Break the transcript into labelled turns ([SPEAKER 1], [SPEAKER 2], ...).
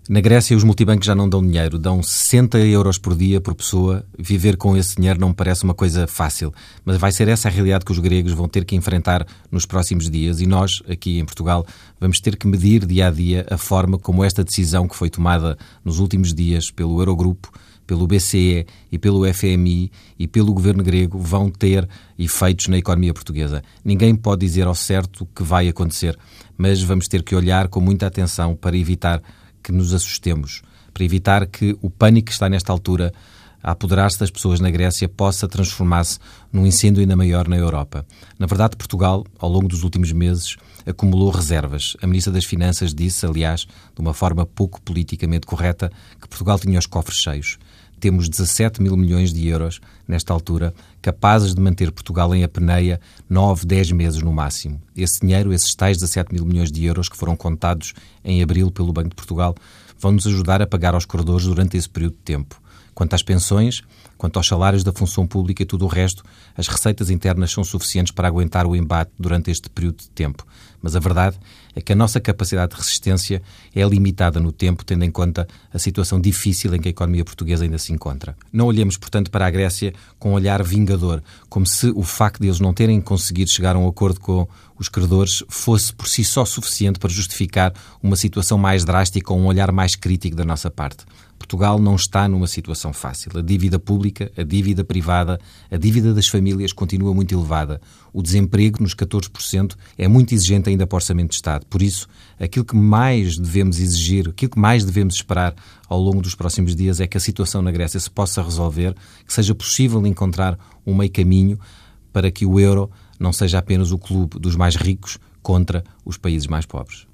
[SPEAKER 1] Na Grécia, os multibancos já não dão dinheiro, dão 60 euros por dia por pessoa. Viver com esse dinheiro não me parece uma coisa fácil, mas vai ser essa a realidade que os gregos vão ter que enfrentar nos próximos dias e nós, aqui em Portugal, vamos ter que medir dia a dia a forma como esta decisão que foi tomada nos últimos dias pelo Eurogrupo, pelo BCE e pelo FMI e pelo governo grego vão ter efeitos na economia portuguesa. Ninguém pode dizer ao certo o que vai acontecer, mas vamos ter que olhar com muita atenção para evitar que nos assustemos, para evitar que o pânico que está nesta altura a apoderar-se das pessoas na Grécia possa transformar-se num incêndio ainda maior na Europa. Na verdade, Portugal, ao longo dos últimos meses, acumulou reservas. A Ministra das Finanças disse, aliás, de uma forma pouco politicamente correta, que Portugal tinha os cofres cheios. Temos 17 mil milhões de euros, nesta altura, capazes de manter Portugal em apneia 9, 10 meses no máximo. Esse dinheiro, esses tais 17 mil milhões de euros que foram contados em abril pelo Banco de Portugal, vão-nos ajudar a pagar aos credores durante esse período de tempo. Quanto às pensões, quanto aos salários da função pública e tudo o resto, as receitas internas são suficientes para aguentar o embate durante este período de tempo. Mas a verdade é que a nossa capacidade de resistência é limitada no tempo, tendo em conta a situação difícil em que a economia portuguesa ainda se encontra. Não olhemos, portanto, para a Grécia com um olhar vingador, como se o facto de eles não terem conseguido chegar a um acordo com os credores fosse por si só suficiente para justificar uma situação mais drástica ou um olhar mais crítico da nossa parte. Portugal não está numa situação fácil. A dívida pública, a dívida privada, a dívida das famílias continua muito elevada. O desemprego, nos 14%, é muito exigente ainda para o Orçamento de Estado. Por isso, aquilo que mais devemos exigir, aquilo que mais devemos esperar ao longo dos próximos dias é que a situação na Grécia se possa resolver, que seja possível encontrar um meio caminho para que o euro não seja apenas o clube dos mais ricos contra os países mais pobres.